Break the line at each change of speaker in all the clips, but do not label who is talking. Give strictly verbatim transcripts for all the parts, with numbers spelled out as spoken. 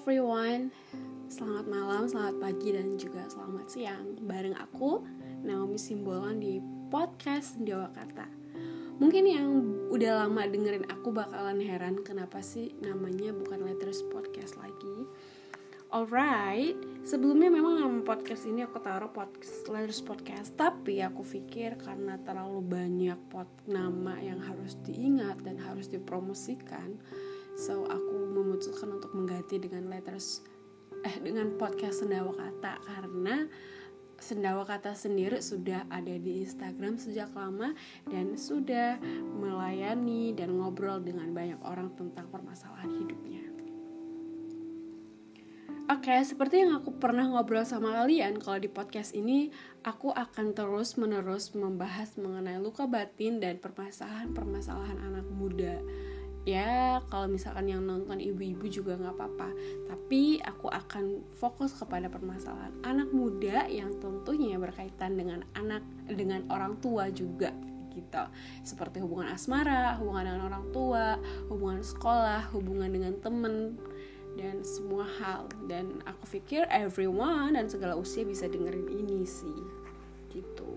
everyone, selamat malam, selamat pagi, dan juga selamat siang. Bareng aku, Naomi Simbolon di podcast Sendawa Kata. Mungkin yang udah lama dengerin aku bakalan heran kenapa sih namanya bukan Letters Podcast lagi. Alright, sebelumnya memang nama podcast ini aku taruh podcast Letters Podcast, tapi aku pikir karena terlalu banyak pot nama yang harus diingat dan harus dipromosikan, so aku memutuskan untuk mengganti dengan letters eh dengan podcast Sendawa Kata, karena Sendawa Kata sendiri sudah ada di Instagram sejak lama dan sudah melayani dan ngobrol dengan banyak orang tentang permasalahan hidupnya. Oke, seperti yang aku pernah ngobrol sama kalian, kalau di podcast ini aku akan terus menerus membahas mengenai luka batin dan permasalahan-permasalahan anak muda. Ya, kalau misalkan yang nonton ibu-ibu juga gak apa-apa, tapi aku akan fokus kepada permasalahan anak muda yang tentunya berkaitan dengan anak, dengan orang tua juga gitu. Seperti hubungan asmara, hubungan dengan orang tua, hubungan sekolah, hubungan dengan temen, dan semua hal. Dan aku pikir everyone dan segala usia bisa dengerin ini sih gitu.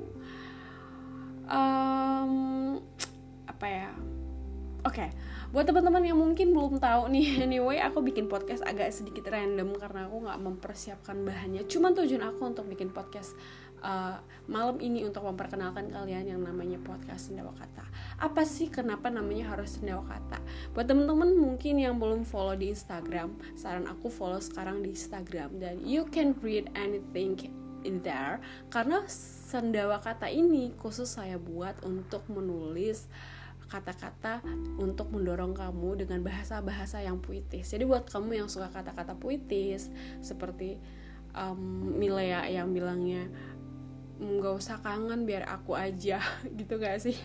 um, Apa ya Oke, okay. Buat teman-teman yang mungkin belum tahu nih, anyway, aku bikin podcast agak sedikit random karena aku nggak mempersiapkan bahannya. Cuman tujuan aku untuk bikin podcast uh, malam ini untuk memperkenalkan kalian yang namanya podcast Sendawa Kata. Apa sih kenapa namanya harus Sendawa Kata? Buat teman-teman mungkin yang belum follow di Instagram, saran aku follow sekarang di Instagram dan you can read anything in there. Karena Sendawa Kata ini khusus saya buat untuk menulis kata-kata untuk mendorong kamu dengan bahasa-bahasa yang puitis. Jadi buat kamu yang suka kata-kata puitis, seperti um, Milea yang bilangnya nggak usah kangen biar aku aja, gitu gak sih?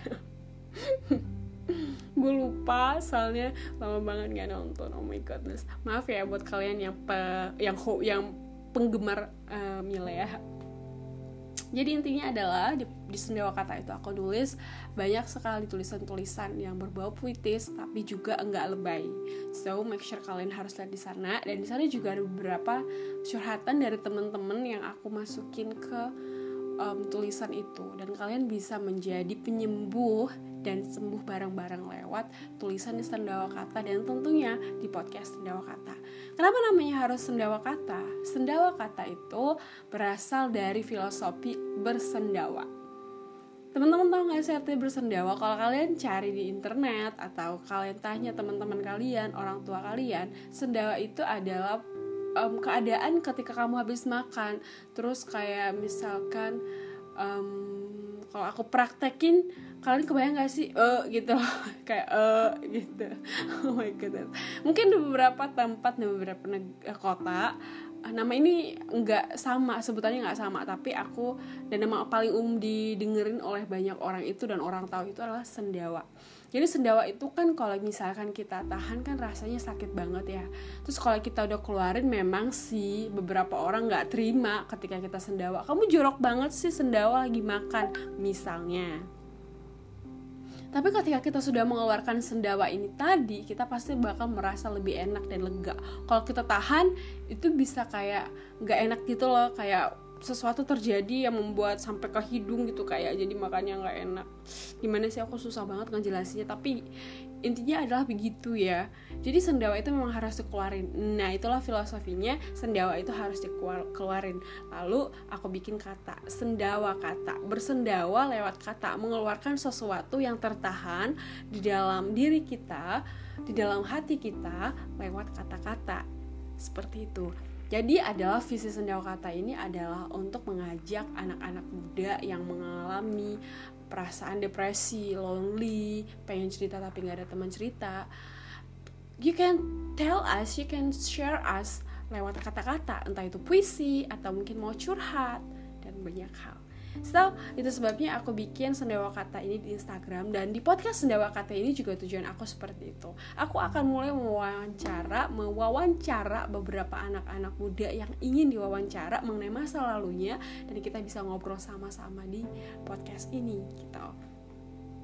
Gue lupa soalnya lama banget gak nonton. Oh my goodness. Maaf ya buat kalian yang pe, yang ho, yang penggemar uh, Milea. Jadi intinya adalah di, di Sendawa Kata itu aku nulis banyak sekali tulisan-tulisan yang berbau puitis tapi juga enggak lebay. So make sure kalian harus lihat di sana, dan di sana juga ada beberapa curhatan dari teman-teman yang aku masukin ke um, tulisan itu, dan kalian bisa menjadi penyembuh dan sembuh bareng-bareng lewat tulisan di Sendawa Kata dan tentunya di podcast Sendawa Kata. Kenapa namanya harus Sendawa Kata? Sendawa Kata itu berasal dari filosofi bersendawa. Teman-teman tahu nggak sih artinya bersendawa? Kalau kalian cari di internet atau kalian tanya teman-teman kalian, orang tua kalian, sendawa itu adalah um, keadaan ketika kamu habis makan. Terus kayak misalkan um, kalau aku praktekin, kalian kebayang gak sih eh gitu loh, kayak eh gitu. Oh my goodness. Mungkin di beberapa tempat, di beberapa neg- kota nama ini nggak sama, sebutannya nggak sama, tapi aku dan nama paling umum didengerin oleh banyak orang itu dan orang tahu itu adalah sendawa. Jadi sendawa itu kan kalau misalkan kita tahan kan rasanya sakit banget ya. Terus kalau kita udah keluarin memang sih beberapa orang nggak terima ketika kita sendawa. Kamu jorok banget sih sendawa lagi makan misalnya. Tapi ketika kita sudah mengeluarkan sendawa ini tadi, kita pasti bakal merasa lebih enak dan lega. Kalau kita tahan, itu bisa kayak gak enak gitu loh, kayak sesuatu terjadi yang membuat sampai ke hidung gitu, kayak jadi makannya gak enak. Gimana sih, aku susah banget ngejelasinnya, tapi intinya adalah begitu ya. Jadi sendawa itu memang harus dikeluarin. Nah itulah filosofinya, sendawa itu harus dikeluarin. Lalu aku bikin kata, Sendawa Kata. Bersendawa lewat kata, mengeluarkan sesuatu yang tertahan di dalam diri kita, di dalam hati kita, lewat kata-kata. Seperti itu. Jadi adalah visi Sendawa Kata ini adalah untuk mengajak anak-anak muda yang mengalami perasaan depresi, lonely, pengen cerita tapi gak ada teman cerita. You can tell us, you can share us lewat kata-kata, entah itu puisi atau mungkin mau curhat dan banyak hal. So, itu sebabnya aku bikin Sendawa Kata ini di Instagram, dan di podcast Sendawa Kata ini juga tujuan aku seperti itu. Aku akan mulai mewawancara, mewawancara beberapa anak-anak muda yang ingin diwawancara mengenai masa lalunya, dan kita bisa ngobrol sama-sama di podcast ini gitu.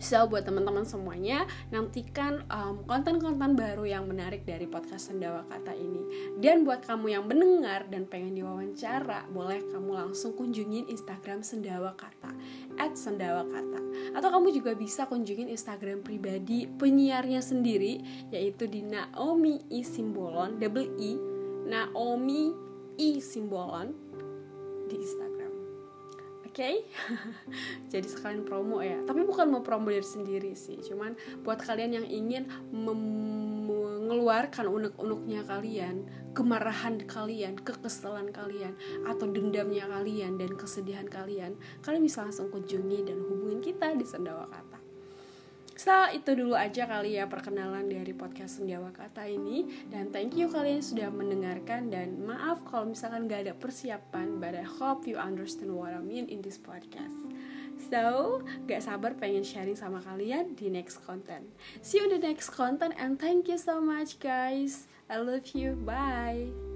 So buat teman-teman semuanya, nantikan um, konten-konten baru yang menarik dari podcast Sendawa Kata ini. Dan buat kamu yang mendengar dan pengen diwawancara, boleh kamu langsung kunjungin Instagram Sendawa Kata at sendawa kata. Atau kamu juga bisa kunjungin Instagram pribadi penyiarnya sendiri, yaitu di Naomi I Simbolon, double I, Naomi I Simbolon di Instagram. Oke, okay? Jadi sekalian promo ya. Tapi bukan mau promo diri sendiri sih, cuman buat kalian yang ingin mem- mengeluarkan unek-uneknya kalian, kemarahan kalian, kekesalan kalian, atau dendamnya kalian dan kesedihan kalian, kalian bisa langsung kunjungi dan hubungin kita di Sendawa Kata. So, itu dulu aja kali ya perkenalan dari podcast Sendawa Kata ini. Dan thank you kalian sudah mendengarkan. Dan maaf kalau misalkan gak ada persiapan, but I hope you understand what I mean in this podcast. So, gak sabar pengen sharing sama kalian di next content. See you in the next content and thank you so much guys. I love you, bye.